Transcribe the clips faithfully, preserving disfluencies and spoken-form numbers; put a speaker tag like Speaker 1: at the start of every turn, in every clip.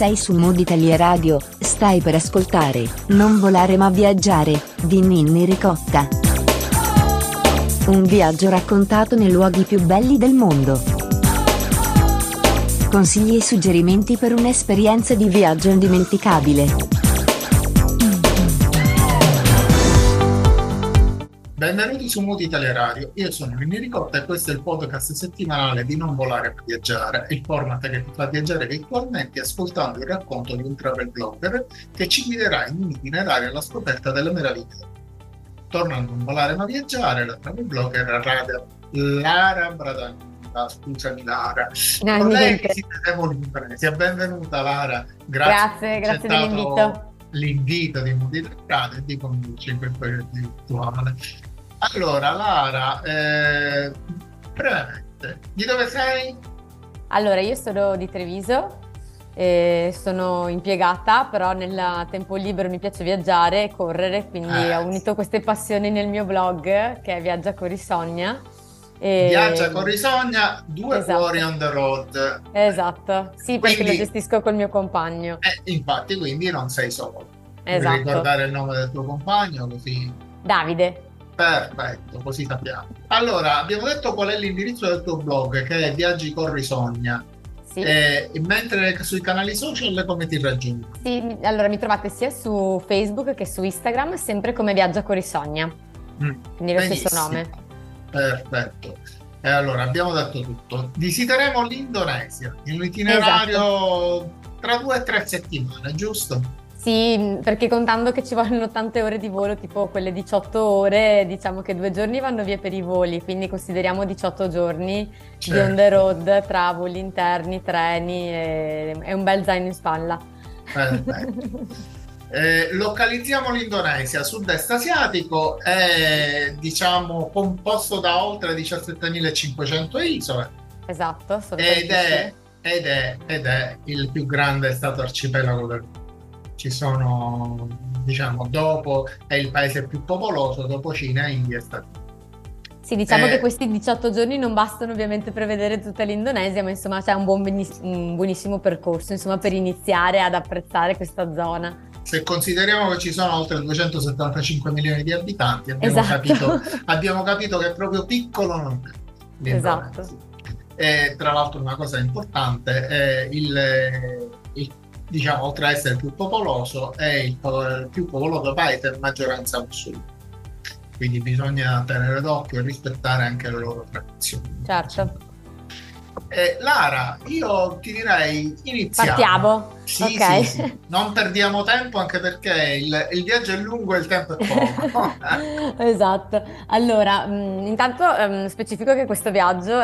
Speaker 1: Sei su Mood Italia Radio, stai per ascoltare Non volare ma viaggiare, di Ninni Ricotta. Un viaggio raccontato nei luoghi più belli del mondo. Consigli e suggerimenti per un'esperienza di viaggio indimenticabile.
Speaker 2: Benvenuti su Mood Italia Radio, io sono Ninni Ricotta e questo è il podcast settimanale di Non volare ma viaggiare, il format che ti fa viaggiare virtualmente ascoltando il racconto di un travel blogger che ci guiderà in un itinerario alla scoperta delle meraviglie. Torna a Non volare ma viaggiare, la travel blogger Lara, Lara Bradamita, scusami Lara,
Speaker 3: No,
Speaker 2: con lei
Speaker 3: niente.
Speaker 2: visiteremo l'Indonesia. Benvenuta Lara, grazie,
Speaker 3: Grazie, grazie dell'invito.
Speaker 2: l'invito di Mood Italia Radio e di conduci in quel periodo virtuale. Allora, Lara, eh, brevemente, di dove sei?
Speaker 3: Allora, io sono di Treviso, eh, sono impiegata, però nel tempo libero mi piace viaggiare e correre, quindi
Speaker 2: Eh,
Speaker 3: ho unito queste passioni nel mio blog, che è Viaggia con Risogna. E...
Speaker 2: Viaggia con Risogna, due
Speaker 3: Esatto.
Speaker 2: cuori on the road.
Speaker 3: Esatto, sì, perché
Speaker 2: Quindi-
Speaker 3: lo gestisco col mio compagno.
Speaker 2: Eh, infatti, quindi non sei solo. Vuoi
Speaker 3: Esatto.
Speaker 2: ricordare il nome del tuo compagno? Così.
Speaker 3: Davide.
Speaker 2: Perfetto, così sappiamo. Allora, abbiamo detto qual è l'indirizzo del tuo blog, che è Viaggi con Risogna.
Speaker 3: Sì.
Speaker 2: Eh, mentre sui canali social come ti raggiungo?
Speaker 3: Sì, mi- allora mi trovate sia su Facebook che su Instagram, sempre come Viaggia con Risogna,
Speaker 2: Mm,
Speaker 3: quindi lo stesso
Speaker 2: benissimo.
Speaker 3: nome.
Speaker 2: Perfetto. E allora abbiamo detto tutto. Visiteremo l'Indonesia in un itinerario tra due e tre settimane, giusto?
Speaker 3: Sì, perché contando che ci vogliono tante ore di volo, tipo quelle diciotto ore, diciamo che due giorni vanno via per i voli, quindi consideriamo diciotto giorni di on the road tra voli interni, treni e, e un bel zaino in spalla.
Speaker 2: Perfetto. Eh, localizziamo l'Indonesia, sud-est asiatico, è diciamo composto da oltre diciassettemilacinquecento isole
Speaker 3: Esatto, sono
Speaker 2: ed è,
Speaker 3: tantissime.
Speaker 2: ed è, ed è il più grande stato arcipelago del mondo. Ci sono, diciamo, dopo è il paese più popoloso, dopo Cina, India e Stati Uniti.
Speaker 3: Sì, diciamo
Speaker 2: Eh,
Speaker 3: che questi diciotto giorni non bastano ovviamente per vedere tutta l'Indonesia, ma insomma c'è un, buon benis- un buonissimo percorso, insomma, per iniziare ad apprezzare questa zona.
Speaker 2: Se consideriamo che ci sono oltre duecentosettantacinque milioni di abitanti, abbiamo
Speaker 3: Esatto.
Speaker 2: capito, abbiamo capito che è proprio piccolo non è l'Indonesia.
Speaker 3: Esatto.
Speaker 2: E tra l'altro una cosa importante è il, il- diciamo, oltre a essere il più popoloso, è il, po- il più popoloso paese a maggioranza musulmana. Quindi bisogna tenere d'occhio e rispettare anche le loro tradizioni.
Speaker 3: Certo.
Speaker 2: Eh, Lara, io ti direi iniziamo.
Speaker 3: Partiamo?
Speaker 2: Sì,
Speaker 3: Ok.
Speaker 2: sì, sì. Non perdiamo tempo anche perché il, il viaggio è lungo e il tempo è poco.
Speaker 3: Esatto. Allora, mh, intanto ehm, specifico che questo viaggio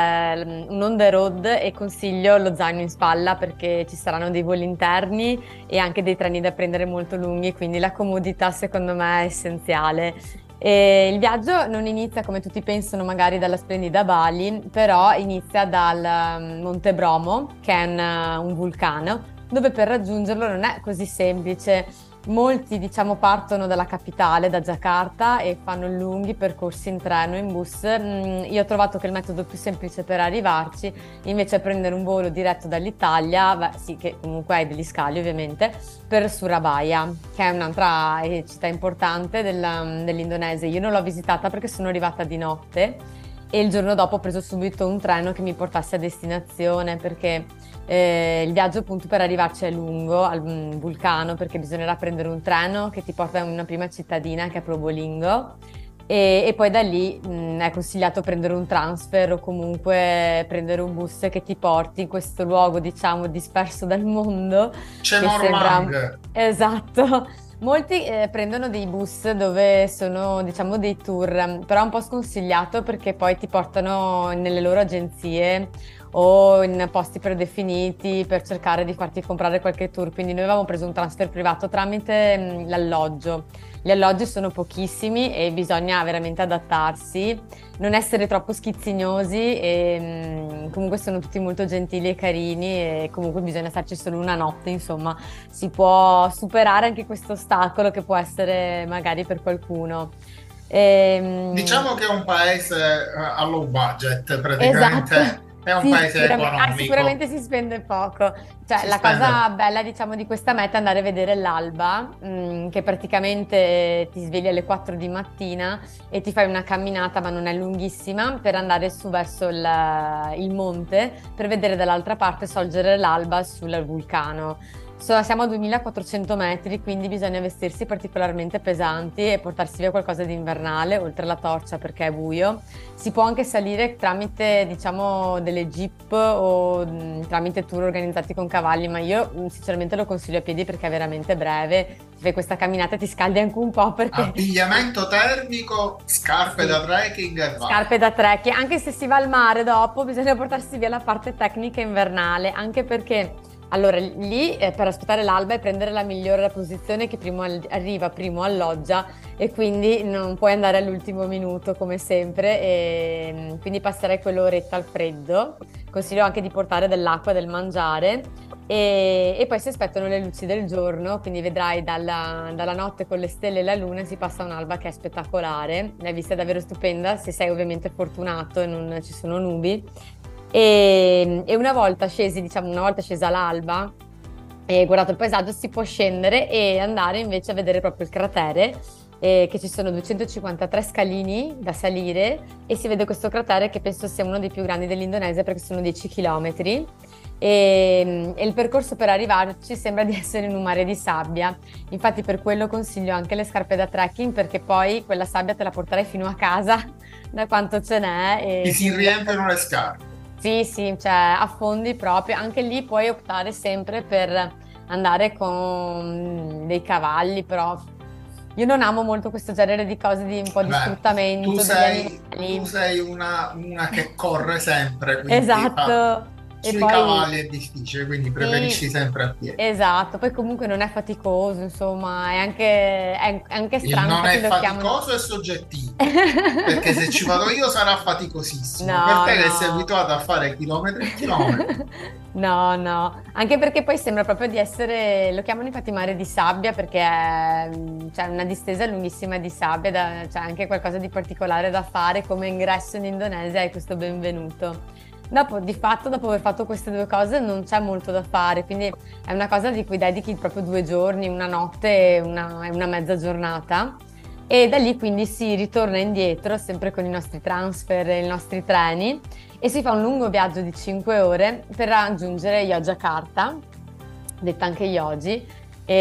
Speaker 3: è mm, un on the road e consiglio lo zaino in spalla perché ci saranno dei voli interni e anche dei treni da prendere molto lunghi, quindi la comodità secondo me è essenziale. E il viaggio non inizia come tutti pensano magari dalla splendida Bali, però inizia dal mm, Monte Bromo, che è un, uh, un vulcano, dove per raggiungerlo non è così semplice. Molti, diciamo, partono dalla capitale, da Giacarta, e fanno lunghi percorsi in treno, in bus. Mm, io ho trovato che il metodo più semplice per arrivarci, invece, è prendere un volo diretto dall'Italia, beh, sì, che comunque hai degli scali ovviamente, per Surabaya, che è un'altra eh, città importante della- dell'Indonesia. Io non l'ho visitata perché sono arrivata di notte e il giorno dopo ho preso subito un treno che mi portasse a destinazione, perché eh, il viaggio appunto per arrivarci è lungo al mm, vulcano, perché bisognerà prendere un treno che ti porta in una prima cittadina che è Probolinggo e, e poi da lì mh, è consigliato prendere un transfer o comunque prendere un bus che ti porti in questo luogo, diciamo, disperso dal mondo.
Speaker 2: C'è
Speaker 3: Che sembra-
Speaker 2: Morlang.
Speaker 3: Esatto. Molti eh, prendono dei bus dove sono, diciamo, dei tour, però è un po' sconsigliato perché poi ti portano nelle loro agenzie o in posti predefiniti per cercare di farti comprare qualche tour. Quindi noi avevamo preso un transfer privato tramite mh, l'alloggio. Gli alloggi sono pochissimi e bisogna veramente adattarsi, non essere troppo schizzignosi e mh, comunque sono tutti molto gentili e carini e comunque bisogna starci solo una notte, insomma, si può superare anche questo ostacolo che può essere magari per qualcuno. Ehm,
Speaker 2: Diciamo che è un paese eh, a low budget praticamente.
Speaker 3: Esatto.
Speaker 2: È un
Speaker 3: Sì,
Speaker 2: paese
Speaker 3: sicuramente, ah,
Speaker 2: economico,
Speaker 3: sicuramente si spende poco. Cioè,
Speaker 2: si
Speaker 3: la
Speaker 2: spende.
Speaker 3: cosa bella, diciamo, di questa meta è andare a vedere l'alba, mm, che praticamente ti svegli alle quattro di mattina e ti fai una camminata, ma non è lunghissima, per andare su verso il, il monte per vedere dall'altra parte sorgere l'alba sul vulcano. So- siamo a duemilaquattrocento metri, quindi bisogna vestirsi particolarmente pesanti e portarsi via qualcosa di invernale, oltre alla torcia perché è buio. Si può anche salire tramite, diciamo, delle jeep o mh, tramite tour organizzati con cavalli, ma io mh, sinceramente lo consiglio a piedi perché è veramente breve. Ti fai questa camminata e ti scaldi anche un po' perché
Speaker 2: Abbigliamento termico, scarpe
Speaker 3: sì,
Speaker 2: da trekking e vai.
Speaker 3: scarpe da trekking, anche se si va al mare dopo bisogna portarsi via la parte tecnica invernale, anche perché allora lì eh, per aspettare l'alba e prendere la migliore posizione che primo al- arriva, primo alloggia e quindi non puoi andare all'ultimo minuto come sempre e mm, quindi passerei quell'oretta al freddo. Consiglio anche di portare dell'acqua e del mangiare. E, e poi si aspettano le luci del giorno, quindi vedrai dalla, dalla notte con le stelle e la luna si passa un'alba che è spettacolare. La vista è davvero stupenda se sei ovviamente fortunato e non ci sono nubi. E, e una volta scesi, diciamo, una volta scesa l'alba e guardato il paesaggio, si può scendere e andare invece a vedere proprio il cratere. Eh, che ci sono duecentocinquantatré scalini da salire e si vede questo cratere che penso sia uno dei più grandi dell'Indonesia perché sono dieci chilometri e, e il percorso per arrivarci sembra di essere in un mare di sabbia. Infatti per quello consiglio anche le scarpe da trekking perché poi quella sabbia te la porterai fino a casa da quanto ce n'è
Speaker 2: Ti
Speaker 3: e
Speaker 2: si
Speaker 3: quindi
Speaker 2: riempiono le scarpe.
Speaker 3: sì, sì, cioè affondi proprio. Anche lì puoi optare sempre per andare con dei cavalli, però io non amo molto questo genere di cose di un po' di
Speaker 2: Beh, tu
Speaker 3: sfruttamento degli
Speaker 2: sei, tu
Speaker 3: animali.
Speaker 2: sei una, una che corre sempre, quindi fa-
Speaker 3: Esatto. E
Speaker 2: sui
Speaker 3: poi
Speaker 2: cavalli è difficile, quindi
Speaker 3: sì,
Speaker 2: preferisci sempre a piedi.
Speaker 3: esatto. Poi comunque non è faticoso, insomma, è anche, è è anche
Speaker 2: Il
Speaker 3: strano,
Speaker 2: non
Speaker 3: infatti
Speaker 2: è
Speaker 3: lo chiamano.
Speaker 2: faticoso è soggettivo, perché se ci vado io sarà faticosissimo. Per
Speaker 3: No,
Speaker 2: te che sei
Speaker 3: no.
Speaker 2: abituato a fare chilometri e chilometri.
Speaker 3: No, no, anche perché poi sembra proprio di essere, lo chiamano infatti mare di sabbia perché è mm, cioè, una distesa lunghissima di sabbia, da- c'è anche qualcosa di particolare da fare come ingresso in Indonesia e questo benvenuto. Dopo, di fatto, dopo aver fatto queste due cose non c'è molto da fare, quindi è una cosa di cui dedichi proprio due giorni, una notte e una, e una mezza giornata. E da lì quindi si ritorna indietro, sempre con i nostri transfer e i nostri treni, e si fa un lungo viaggio di cinque ore per raggiungere Yogyakarta, detta anche Yogi.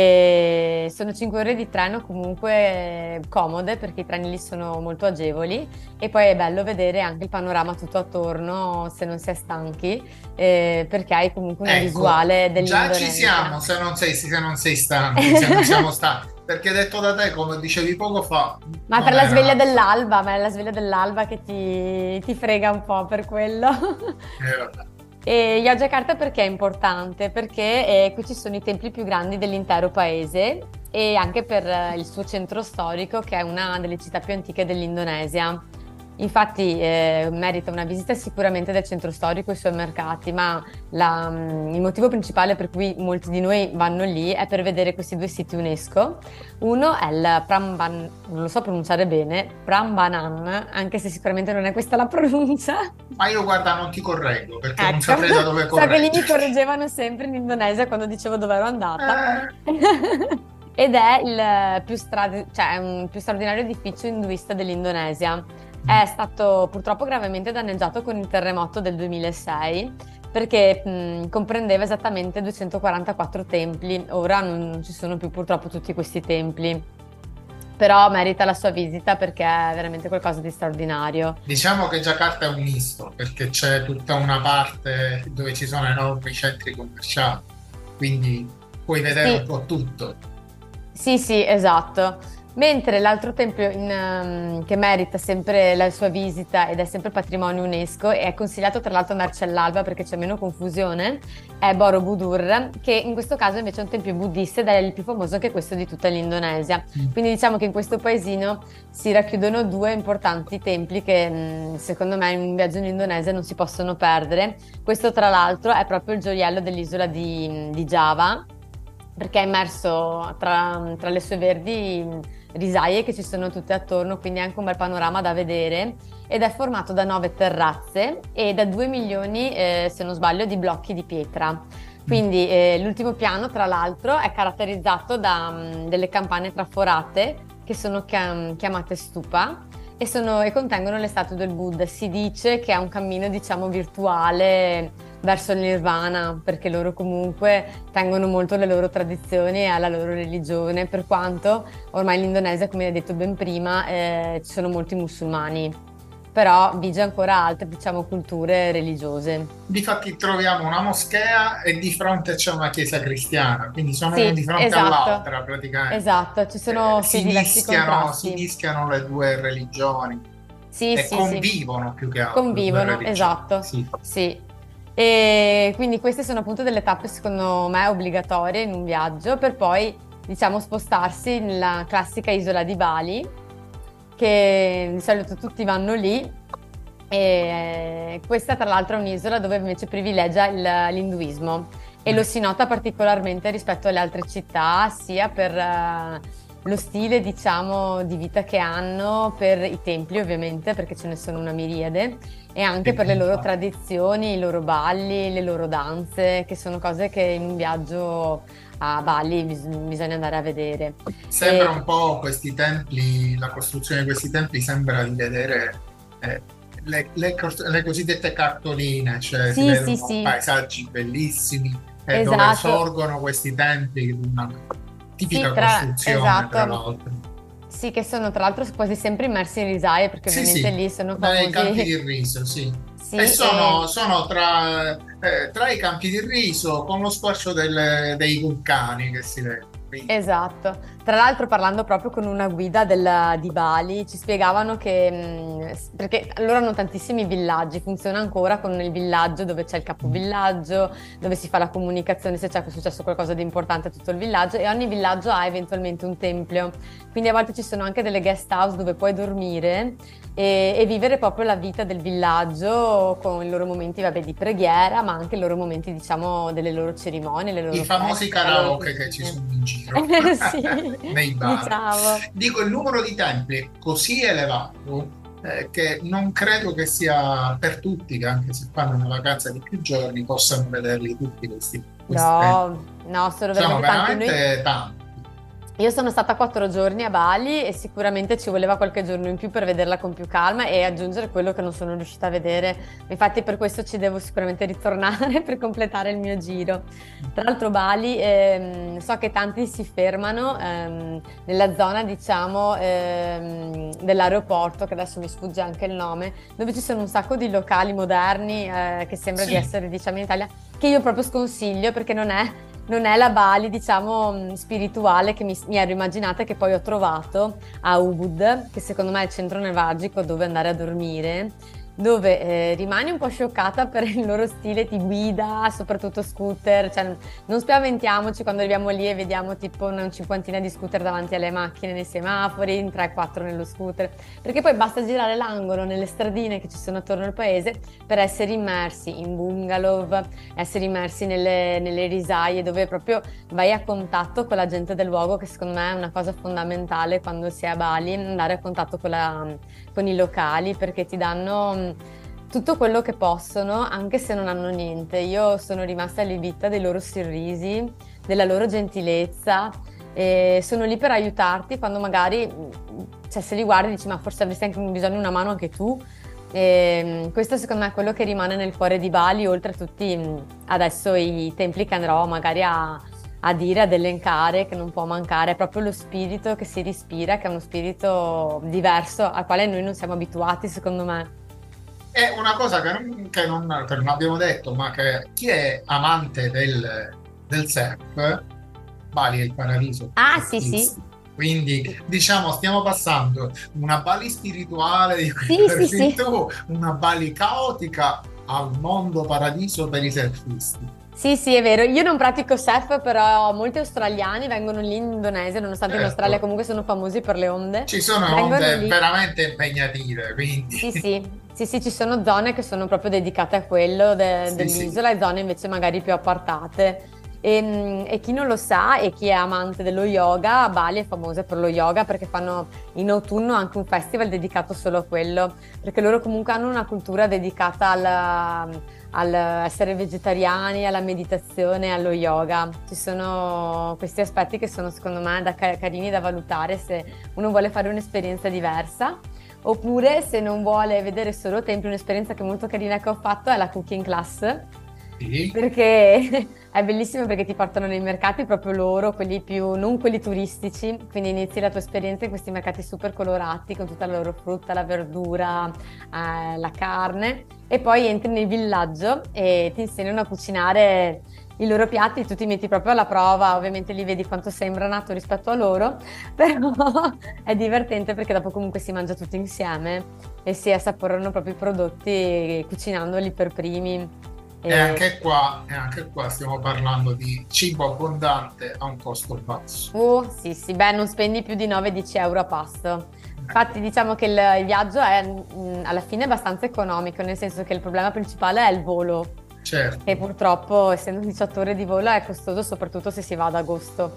Speaker 3: E sono cinque ore di treno comunque comode perché i treni lì sono molto agevoli e poi è bello vedere anche il panorama tutto attorno se non si è stanchi, eh, perché hai comunque una
Speaker 2: Ecco,
Speaker 3: visuale
Speaker 2: già ci siamo
Speaker 3: dell'Indonesia.
Speaker 2: se non sei, se non sei stanchi, se non siamo stanchi, perché detto da te, come dicevi poco fa,
Speaker 3: Ma è per
Speaker 2: non
Speaker 3: la sveglia
Speaker 2: era...
Speaker 3: dell'alba, ma è la sveglia dell'alba che ti, ti frega un po' per quello.
Speaker 2: eh, vabbè.
Speaker 3: E Yogyakarta perché è importante? Perché eh, qui ci sono i templi più grandi dell'intero paese e anche per eh, il suo centro storico, che è una delle città più antiche dell'Indonesia. Infatti eh, merita una visita sicuramente del centro storico e i suoi mercati, ma la- mm, il motivo principale per cui molti di noi vanno lì è per vedere questi due siti UNESCO. Uno è il Pramban, non lo so pronunciare bene, Prambanan, anche se sicuramente non è questa la pronuncia.
Speaker 2: Ma io guarda, non ti correggo perché non
Speaker 3: Ecco,
Speaker 2: saprei da dove
Speaker 3: so che lì mi
Speaker 2: correggerti.
Speaker 3: correggevano sempre in Indonesia quando dicevo dove ero andata.
Speaker 2: Eh,
Speaker 3: Ed è il più, stra- cioè, è un più straordinario edificio induista dell'Indonesia. È stato purtroppo gravemente danneggiato con il terremoto del duemilasei perché mh, comprendeva esattamente duecentoquarantaquattro templi. Ora non ci sono più purtroppo tutti questi templi, però merita la sua visita perché è veramente qualcosa di straordinario.
Speaker 2: diciamo che Giacarta è un misto perché c'è tutta una parte dove ci sono enormi centri commerciali, quindi puoi vedere un
Speaker 3: Sì,
Speaker 2: po' tutto.
Speaker 3: sì, sì, esatto. Mentre l'altro tempio in, ehm, che merita sempre la sua visita ed è sempre patrimonio UNESCO e è consigliato tra l'altro andarci all'alba perché c'è meno confusione, è Borobudur, che in questo caso invece è un tempio buddista ed è il più famoso anche questo di tutta l'Indonesia. Quindi diciamo che in questo paesino si racchiudono due importanti templi che mh, secondo me in un viaggio in Indonesia non si possono perdere. Questo tra l'altro è proprio il gioiello dell'isola di, di Giava perché è immerso tra, tra le sue verdi risaie che ci sono tutte attorno, quindi è anche un bel panorama da vedere, ed è formato da nove terrazze e da due milioni, eh, se non sbaglio, di blocchi di pietra. Quindi eh, l'ultimo piano, tra l'altro, è caratterizzato da mh, delle campane traforate che sono chiam- chiamate stupa e, sono, e contengono le statue del Buddha. Si dice che è un cammino, diciamo, virtuale verso il nirvana, perché loro comunque tengono molto alle loro tradizioni e alla loro religione, per quanto ormai in Indonesia, come hai detto ben prima, eh, ci sono molti musulmani, però vige ancora altre, diciamo, culture religiose.
Speaker 2: Difatti troviamo una moschea e di fronte c'è una chiesa cristiana, quindi sono una di
Speaker 3: Sì,
Speaker 2: fronte
Speaker 3: esatto,
Speaker 2: all'altra praticamente.
Speaker 3: esatto, ci sono
Speaker 2: Eh,
Speaker 3: sì,
Speaker 2: si
Speaker 3: diversi
Speaker 2: mischiano, si
Speaker 3: contrasti.
Speaker 2: mischiano le due religioni
Speaker 3: Sì,
Speaker 2: e
Speaker 3: sì, sì,
Speaker 2: convivono più che altro le due
Speaker 3: convivono,
Speaker 2: religioni.
Speaker 3: esatto,
Speaker 2: Sì.
Speaker 3: sì. E quindi queste sono appunto delle tappe secondo me obbligatorie in un viaggio per poi, diciamo, spostarsi nella classica isola di Bali, che di solito tutti vanno lì. E questa tra l'altro è un'isola dove invece privilegia il- l'induismo e lo si nota particolarmente rispetto alle altre città, sia per eh, lo stile, diciamo, di vita che hanno, per i templi ovviamente, perché ce ne sono una miriade, e anche per le loro tradizioni, i loro balli, le loro danze, che sono cose che in un viaggio a Bali bis- bisogna andare a vedere.
Speaker 2: Sembra
Speaker 3: E-
Speaker 2: un po' questi templi, la costruzione di questi templi sembra di vedere eh, le, le cos- le cosiddette cartoline, cioè si
Speaker 3: Sì, sì,
Speaker 2: vedono
Speaker 3: sì,
Speaker 2: paesaggi bellissimi eh, dove
Speaker 3: esatto.
Speaker 2: sorgono questi templi, una
Speaker 3: Sì,
Speaker 2: tipica
Speaker 3: tra,
Speaker 2: costruzione tra
Speaker 3: esatto.
Speaker 2: l'altro.
Speaker 3: Sì, che sono tra l'altro quasi sempre immersi in risaie, perché
Speaker 2: Sì,
Speaker 3: ovviamente
Speaker 2: sì,
Speaker 3: lì sono
Speaker 2: nei campi
Speaker 3: famosi.
Speaker 2: di riso, sì. E
Speaker 3: Sì,
Speaker 2: sono,
Speaker 3: e
Speaker 2: sono tra, eh, tra i campi di riso con lo squarcio delle- dei vulcani che si vede. Quindi,
Speaker 3: esatto. Tra l'altro, parlando proprio con una guida del- di Bali, ci spiegavano che, mh, s- perché loro hanno tantissimi villaggi, funziona ancora con il villaggio dove c'è il capovillaggio, dove si fa la comunicazione se c'è successo qualcosa di importante a tutto il villaggio, e ogni villaggio ha eventualmente un tempio. Quindi a volte ci sono anche delle guest house dove puoi dormire e, e vivere proprio la vita del villaggio con i loro momenti, vabbè, di preghiera, ma anche i loro momenti, diciamo, delle loro cerimonie, le
Speaker 2: i
Speaker 3: loro
Speaker 2: famosi
Speaker 3: feste, le loro
Speaker 2: karaoke che ci
Speaker 3: cucine.
Speaker 2: sono in giro
Speaker 3: Sì,
Speaker 2: nei bar.
Speaker 3: diciamo.
Speaker 2: Dico, il numero di templi è così elevato eh, che non credo che sia per tutti, che anche se fanno una vacanza di più giorni, possano vederli tutti questi, questi templi.
Speaker 3: No, no, sono
Speaker 2: Sono
Speaker 3: veramente tanti. Noi
Speaker 2: veramente tanti.
Speaker 3: Io sono stata quattro giorni a Bali e sicuramente ci voleva qualche giorno in più per vederla con più calma e aggiungere quello che non sono riuscita a vedere. Infatti per questo ci devo sicuramente ritornare per completare il mio giro. Tra l'altro Bali, ehm, so che tanti si fermano ehm, nella zona, diciamo, ehm, dell'aeroporto, che adesso mi sfugge anche il nome, dove ci sono un sacco di locali moderni, eh, che sembra di
Speaker 2: Sì,
Speaker 3: essere, diciamo, in Italia, che io proprio sconsiglio perché non è non è la Bali, diciamo, mh, spirituale che mi, mi ero immaginata, che poi ho trovato a Ubud, che secondo me è il centro nevralgico dove andare a dormire, dove eh, rimani un po' scioccata per il loro stile di guida, soprattutto scooter, cioè non spaventiamoci quando arriviamo lì e vediamo tipo una cinquantina di scooter davanti alle macchine nei semafori, in tre quattro nello scooter, perché poi basta girare l'angolo nelle stradine che ci sono attorno al paese per essere immersi in bungalow, essere immersi nelle, nelle risaie dove proprio vai a contatto con la gente del luogo, che secondo me è una cosa fondamentale quando si è a Bali, andare a contatto con, la, con i locali, perché ti danno mh, tutto quello che possono, anche se non hanno niente. Io sono rimasta allibita dei loro sorrisi, della loro gentilezza, e sono lì per aiutarti quando magari, mh, cioè, se li guardi dici ma forse avresti anche bisogno di una mano anche tu. E questo secondo me è quello che rimane nel cuore di Bali, oltre a tutti mh, adesso i templi che andrò magari a, a dire, ad elencare, che non può mancare, è proprio lo spirito che si respira, che è uno spirito diverso al quale noi non siamo abituati, secondo me.
Speaker 2: è una cosa che non, che non- che non abbiamo detto, ma che chi è amante del, del surf, Bali è il paradiso per
Speaker 3: Ah,
Speaker 2: i
Speaker 3: sì, sì,
Speaker 2: surfisti. Quindi diciamo stiamo passando una Bali spirituale di cui
Speaker 3: sì, sì,
Speaker 2: parli
Speaker 3: sì.
Speaker 2: tu, una Bali caotica al mondo paradiso per i surfisti.
Speaker 3: Sì, sì, è vero. Io non pratico surf, però molti australiani vengono lì in Indonesia, nonostante in Australia
Speaker 2: Certo,
Speaker 3: comunque sono famosi per le onde,
Speaker 2: ci sono
Speaker 3: vengono
Speaker 2: onde
Speaker 3: lì.
Speaker 2: veramente impegnative, quindi
Speaker 3: Sì, sì, sì, sì, ci sono zone che sono proprio dedicate a quello de-
Speaker 2: sì, sì.
Speaker 3: dell'isola e zone invece magari più appartate. E, e chi non lo sa e chi è amante dello yoga, Bali è famosa per lo yoga perché fanno in autunno anche un festival dedicato solo a quello, perché loro comunque hanno una cultura dedicata al, al essere vegetariani, alla meditazione, allo yoga. Ci sono questi aspetti che sono secondo me da, carini da valutare se uno vuole fare un'esperienza diversa. Oppure se non vuole vedere solo templi, un'esperienza che è molto carina che ho fatto è la cooking class,
Speaker 2: Sì.
Speaker 3: perché è bellissimo perché ti portano nei mercati proprio loro, quelli più, non quelli turistici, quindi inizi la tua esperienza in questi mercati super colorati con tutta la loro frutta, la verdura, eh, la carne e poi entri nel villaggio e ti insegnano a cucinare i loro piatti, tu ti metti proprio alla prova, ovviamente li vedi quanto sei imbranato rispetto a loro, però è divertente perché dopo comunque si mangia tutti insieme e si assaporano proprio i prodotti cucinandoli per primi.
Speaker 2: E
Speaker 3: E...
Speaker 2: anche qua, e anche qua stiamo parlando di cibo abbondante a un costo basso.
Speaker 3: Uh, sì, sì, beh, non spendi più di nove dieci euro a pasto. Infatti diciamo che il, il viaggio è mh, alla fine abbastanza economico, nel senso che il problema principale è il volo.
Speaker 2: Certo.
Speaker 3: E purtroppo, essendo diciotto ore di volo, è costoso, soprattutto se si va ad agosto.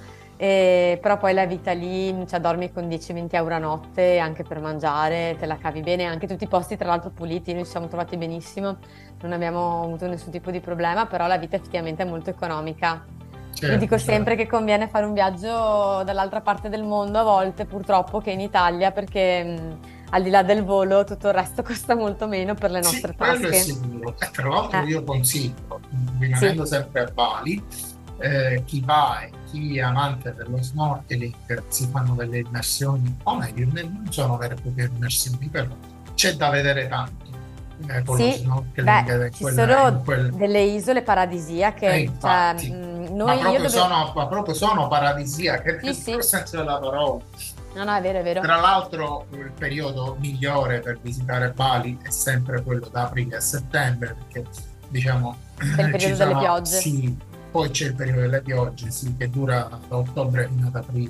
Speaker 3: E, però poi la vita lì, cioè dormi con dieci venti euro a notte, anche per mangiare, te la cavi bene, anche tutti i posti tra l'altro puliti, noi ci siamo trovati benissimo, non abbiamo avuto nessun tipo di problema, però la vita effettivamente è molto economica.
Speaker 2: Certo,
Speaker 3: Io dico
Speaker 2: certo.
Speaker 3: sempre che conviene fare un viaggio dall'altra parte del mondo a volte, purtroppo, che in Italia, perché mh, al di là del volo tutto il resto costa molto meno per le
Speaker 2: Sì,
Speaker 3: nostre
Speaker 2: quello è
Speaker 3: tasche.
Speaker 2: sicuro. E tra l'altro
Speaker 3: Eh,
Speaker 2: io consiglio,
Speaker 3: sì.
Speaker 2: rimanendo sempre a Bali, eh, chi va e chi è amante dello snorkeling si fanno delle immersioni, o meglio, non sono vere e proprie immersioni, però c'è da vedere tanto eh, con lo
Speaker 3: Sì, beh,
Speaker 2: snorkeling in
Speaker 3: ci
Speaker 2: quella, in
Speaker 3: sono
Speaker 2: quel...
Speaker 3: delle isole
Speaker 2: E
Speaker 3: paradisiache, cioè,
Speaker 2: infatti,
Speaker 3: mh,
Speaker 2: ma
Speaker 3: noi, io
Speaker 2: proprio
Speaker 3: dove...
Speaker 2: sono, ma proprio sono paradisiache,
Speaker 3: Sì,
Speaker 2: nel vero
Speaker 3: sì,
Speaker 2: senso della parola.
Speaker 3: no, no, è vero, è vero.
Speaker 2: Tra l'altro il periodo migliore per visitare Bali è sempre quello da aprile a settembre, perché diciamo
Speaker 3: C'è il
Speaker 2: ci
Speaker 3: periodo delle
Speaker 2: sono,
Speaker 3: piogge.
Speaker 2: sì, poi c'è il periodo delle piogge, sì, che dura da ottobre fino ad aprile.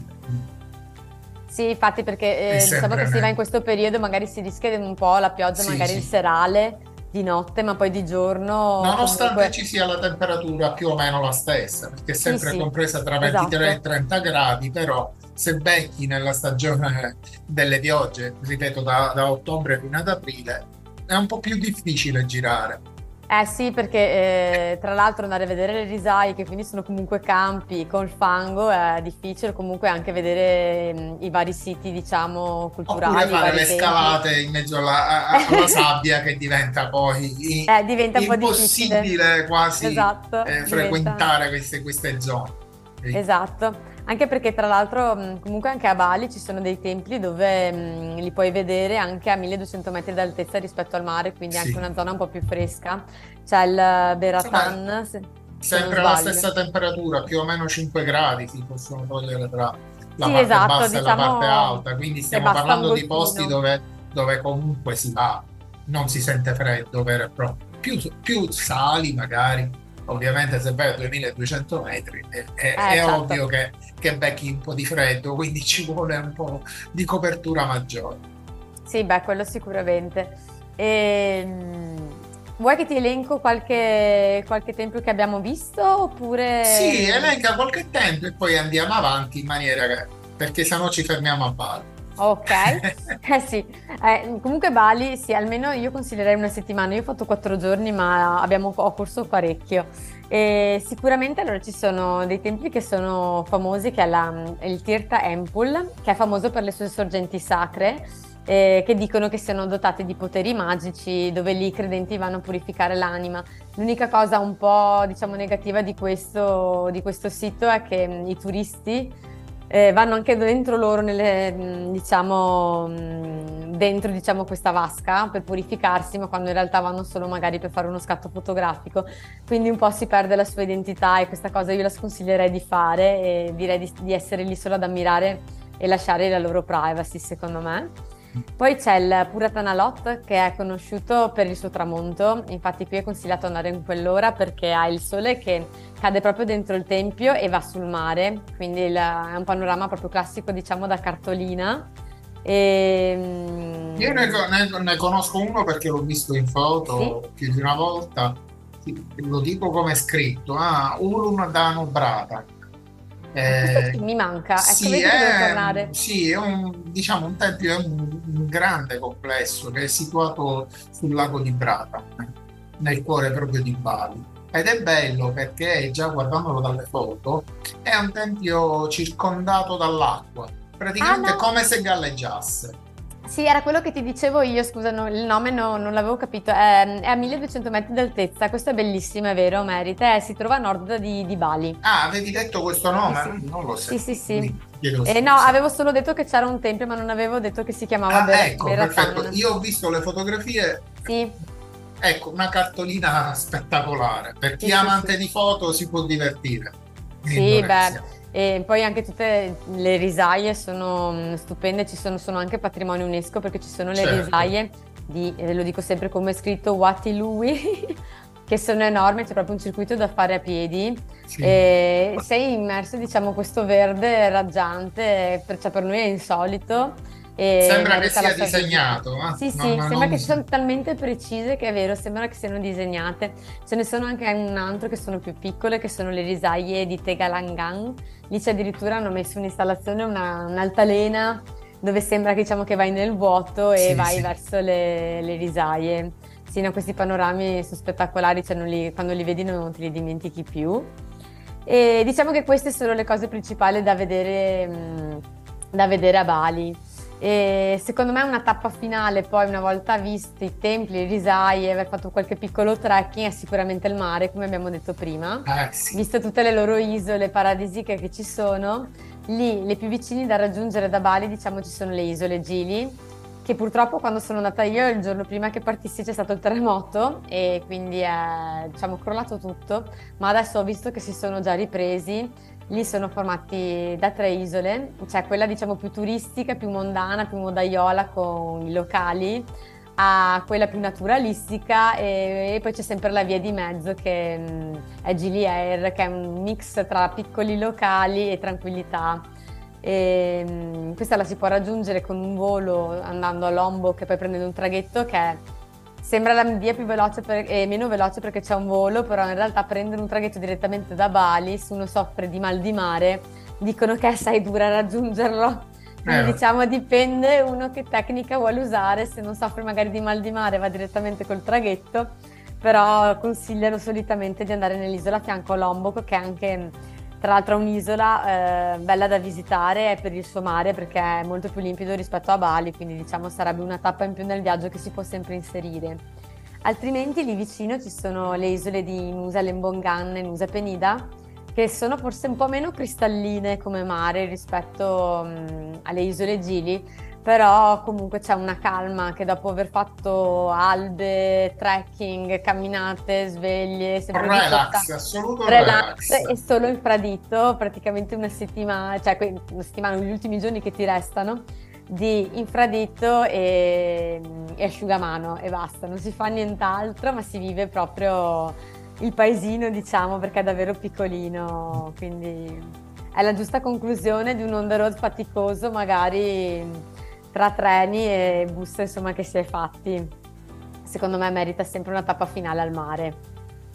Speaker 3: Sì, infatti
Speaker 2: È
Speaker 3: perché eh, diciamo
Speaker 2: sempre
Speaker 3: che si va in
Speaker 2: nel...
Speaker 3: questo periodo, magari si rischia un po' la pioggia,
Speaker 2: Sì,
Speaker 3: magari il
Speaker 2: sì.
Speaker 3: serale di notte, ma poi di giorno
Speaker 2: Nonostante
Speaker 3: comunque...
Speaker 2: ci sia la temperatura più o meno la stessa, perché è
Speaker 3: Sì,
Speaker 2: sempre
Speaker 3: sì,
Speaker 2: compresa tra ventitré e
Speaker 3: esatto.
Speaker 2: trenta gradi, però se becchi nella stagione delle piogge, ripeto, da, da ottobre fino ad aprile, è un po' più difficile girare.
Speaker 3: Eh sì, perché eh, tra l'altro andare a vedere le risaie, che quindi sono comunque campi col fango, è difficile comunque anche vedere mh, i vari siti, diciamo,
Speaker 2: Oppure
Speaker 3: culturali, i
Speaker 2: fare
Speaker 3: vari
Speaker 2: le
Speaker 3: templi.
Speaker 2: scalate in mezzo alla, a- alla sabbia che diventa poi i-
Speaker 3: Eh, diventa un po' difficile.
Speaker 2: impossibile quasi
Speaker 3: Esatto,
Speaker 2: eh,
Speaker 3: diventa...
Speaker 2: frequentare queste, queste zone. Sì,
Speaker 3: Esatto. Anche perché tra l'altro mh, comunque anche a Bali ci sono dei templi dove mh, li puoi vedere anche a milleduecento metri d'altezza rispetto al mare, quindi anche
Speaker 2: sì.
Speaker 3: una zona un po' più fresca. C'è il
Speaker 2: Insomma,
Speaker 3: Beratan, se, se non
Speaker 2: sempre la
Speaker 3: sbaglio.
Speaker 2: stessa temperatura, più o meno cinque gradi si possono togliere tra la
Speaker 3: Sì,
Speaker 2: parte
Speaker 3: esatto,
Speaker 2: bassa e la parte
Speaker 3: diciamo
Speaker 2: alta, quindi
Speaker 3: che
Speaker 2: stiamo
Speaker 3: basta un
Speaker 2: parlando di posti
Speaker 3: goccino.
Speaker 2: dove, dove comunque si va, non si sente freddo vero e proprio. Più, più sali magari, ovviamente se vai a duemiladuecento metri è, è-
Speaker 3: Eh,
Speaker 2: è
Speaker 3: certo.
Speaker 2: ovvio che, che becchi un po' di freddo, quindi ci vuole un po' di copertura maggiore.
Speaker 3: Sì, beh, quello sicuramente. Ehm, vuoi che ti elenco qualche, qualche tempio che abbiamo visto
Speaker 2: Sì,
Speaker 3: oppure...
Speaker 2: elenca qualche tempo e poi andiamo avanti in maniera che, perché sennò ci fermiamo a Bali.
Speaker 3: Ok, eh sì, Eh, comunque Bali, sì, almeno io consiglierei una settimana. Io ho fatto quattro giorni, ma abbiamo, ho corso parecchio. E sicuramente allora ci sono dei templi che sono famosi, che è la- il Tirtha Empul, che è famoso per le sue sorgenti sacre, eh, che dicono che siano dotate di poteri magici, dove lì i credenti vanno a purificare l'anima. L'unica cosa un po', diciamo, negativa di questo, di questo sito è che mh, i turisti eh, vanno anche dentro loro, nelle, mh, diciamo, mh, dentro diciamo, questa vasca per purificarsi, ma quando in realtà vanno solo magari per fare uno scatto fotografico, quindi un po' si perde la sua identità e questa cosa io la sconsiglierei di fare e direi di, di essere lì solo ad ammirare e lasciare la loro privacy, secondo me. Poi c'è il Puratanalot che è conosciuto per il suo tramonto, infatti qui è consigliato andare in quell'ora perché ha il sole che cade proprio dentro il tempio e va sul mare, quindi il- è un panorama proprio classico, diciamo, da cartolina. E,
Speaker 2: Io ne,
Speaker 3: mm,
Speaker 2: ne- ne conosco uno perché l'ho visto in
Speaker 3: sì,
Speaker 2: foto più di una volta, ti- lo dico come è scritto, ah, Ulumadano Brata.
Speaker 3: Ah, questo sì,
Speaker 2: Eh,
Speaker 3: mi manca, ecco,
Speaker 2: sì,
Speaker 3: vedi che devo
Speaker 2: è,
Speaker 3: tornare.
Speaker 2: sì, è un, diciamo, un tempio, è un, un grande complesso che è situato sul lago di Brata, nel cuore proprio di Bali. Ed è bello perché, già guardandolo dalle foto, è un tempio circondato dall'acqua,
Speaker 3: Ah
Speaker 2: praticamente
Speaker 3: no,
Speaker 2: come se galleggiasse.
Speaker 3: sì, era quello che ti dicevo io, scusa, no- il nome no- non l'avevo capito, è, è a milleduecento metri d'altezza, questo è bellissimo, è vero, merita, eh, si trova a nord di, di Bali.
Speaker 2: Ah, avevi detto questo
Speaker 3: Sì,
Speaker 2: nome?
Speaker 3: sì,
Speaker 2: Non lo
Speaker 3: sì, sì,
Speaker 2: sapevo,
Speaker 3: sì.
Speaker 2: quindi ti chiedo
Speaker 3: Eh, no,
Speaker 2: scusa.
Speaker 3: avevo solo detto che c'era un tempio, ma non avevo detto che si chiamava
Speaker 2: Ah,
Speaker 3: Ber-
Speaker 2: ecco, perfetto.
Speaker 3: Berattan.
Speaker 2: Io ho visto le fotografie.
Speaker 3: Sì,
Speaker 2: Ecco, una cartolina spettacolare. Per
Speaker 3: sì,
Speaker 2: chi è
Speaker 3: sì,
Speaker 2: amante
Speaker 3: sì.
Speaker 2: di foto si può divertire in
Speaker 3: Sì, beh,
Speaker 2: Indonesia.
Speaker 3: e poi anche tutte le risaie sono mm, stupende, ci sono, sono anche patrimonio UNESCO perché ci sono le
Speaker 2: Certo,
Speaker 3: risaie di, e lo dico sempre come è scritto, Wati Lui, che sono enormi, c'è proprio un circuito da fare a piedi
Speaker 2: sì.
Speaker 3: e sei immerso, diciamo, questo verde raggiante, per, cioè per noi è insolito e
Speaker 2: Sembra che
Speaker 3: merita la
Speaker 2: sia
Speaker 3: sua visita.
Speaker 2: disegnato, eh?
Speaker 3: Sì,
Speaker 2: Non,
Speaker 3: sì, sembra
Speaker 2: non-
Speaker 3: che siano talmente precise che è vero, sembra che siano disegnate. Ce ne sono anche un altro che sono più piccole, che sono le risaie di Tegalangan. Lì c'è addirittura hanno messo in installazione una, un'altalena dove sembra che, diciamo, che vai nel vuoto e
Speaker 2: Sì,
Speaker 3: vai
Speaker 2: sì.
Speaker 3: verso le, le risaie. Sì, no, questi panorami sono spettacolari, cioè non li- quando li vedi non te li dimentichi più. E diciamo che queste sono le cose principali da vedere, mh, da vedere a Bali. E secondo me una tappa finale, poi una volta visti i templi, le risaie, aver fatto qualche piccolo trekking, è sicuramente il mare, come abbiamo detto prima.
Speaker 2: Eh, sì.
Speaker 3: Visto tutte le loro isole paradisiche che ci sono, lì le più vicine da raggiungere da Bali, diciamo, ci sono le isole Gili, che purtroppo quando sono andata io, il giorno prima che partissi c'è stato il terremoto e quindi è, diciamo, crollato tutto, ma adesso ho visto che si sono già ripresi. Lì sono formati da tre isole, c'è quella diciamo più turistica, più mondana, più modaiola con i locali, a quella più naturalistica e, e poi c'è sempre la via di mezzo che mh, è Gili Air, che è un mix tra piccoli locali e tranquillità. E, mh, questa la si può raggiungere con un volo andando a Lombok e poi prendendo un traghetto che è- sembra la via più veloce per- e meno veloce perché c'è un volo, però in realtà prendere un traghetto direttamente da Bali, se uno soffre di mal di mare, dicono che è assai dura raggiungerlo. Quindi
Speaker 2: Eh,
Speaker 3: diciamo dipende uno che tecnica vuole usare, se non soffre magari di mal di mare va direttamente col traghetto, però consigliano solitamente di andare nell'isola a fianco a Lombok, che è anche tra l'altro è un'isola eh, bella da visitare per il suo mare perché è molto più limpido rispetto a Bali, quindi diciamo sarebbe una tappa in più nel viaggio che si può sempre inserire. Altrimenti lì vicino ci sono le isole di Nusa Lembongan e Nusa Penida, che sono forse un po' meno cristalline come mare rispetto mh, alle isole Gili, però comunque c'è una calma che dopo aver fatto albe, trekking, camminate, sveglie, sempre di costa,
Speaker 2: relax, assoluto
Speaker 3: relax
Speaker 2: relax.
Speaker 3: e solo infradito, praticamente una settimana, cioè que- una settimana, gli ultimi giorni che ti restano di infradito e, e asciugamano e basta, non si fa nient'altro, ma si vive proprio il paesino, diciamo, perché è davvero piccolino, quindi è la giusta conclusione di un on the road faticoso, magari tra treni e bus, insomma, che si è fatti. Secondo me merita sempre una tappa finale al mare.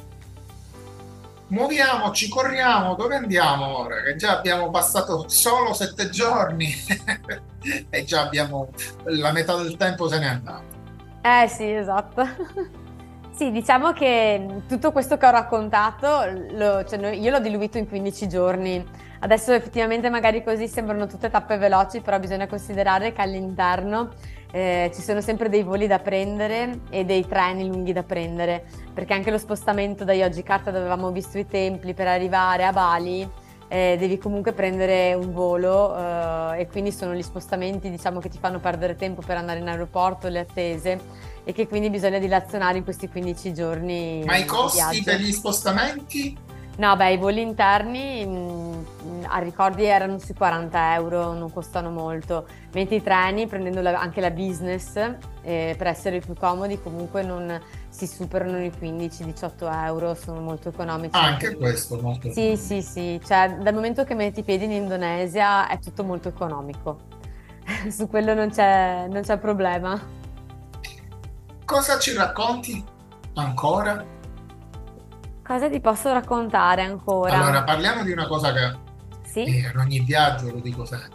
Speaker 2: Muoviamoci, corriamo, dove andiamo ora? Che già abbiamo passato solo sette giorni e già abbiamo la metà del tempo se n'è andato.
Speaker 3: Eh sì, esatto. Sì, diciamo che tutto questo che ho raccontato, lo- cioè, noi- io l'ho diluito in quindici giorni. Adesso effettivamente magari così sembrano tutte tappe veloci, però bisogna considerare che all'interno eh, ci sono sempre dei voli da prendere e dei treni lunghi da prendere, perché anche lo spostamento da Yogyakarta dove avevamo visto i templi per arrivare a Bali, eh, devi comunque prendere un volo eh, e quindi sono gli spostamenti, diciamo, che ti fanno perdere tempo per andare in aeroporto, le attese e che quindi bisogna dilazionare in questi quindici
Speaker 2: Ma i
Speaker 3: giorni di
Speaker 2: costi per
Speaker 3: viaggio.
Speaker 2: gli spostamenti?
Speaker 3: No, beh, i voli interni, mh, mh, a ricordi erano sui quaranta euro, non costano molto, mentre i treni, prendendo la- anche la business, eh, per essere più comodi, comunque non si superano i quindici diciotto euro, sono molto economici
Speaker 2: Ah,
Speaker 3: anche
Speaker 2: anche
Speaker 3: lì.
Speaker 2: questo molto
Speaker 3: Sì,
Speaker 2: economico.
Speaker 3: sì, sì, cioè dal momento che metti i piedi in Indonesia è tutto molto economico, su quello non c'è non c'è problema.
Speaker 2: Cosa ci racconti ancora?
Speaker 3: Cosa ti posso raccontare
Speaker 2: Allora,
Speaker 3: ancora?
Speaker 2: parliamo di una cosa che
Speaker 3: Sì?
Speaker 2: eh, in ogni viaggio lo dico sempre.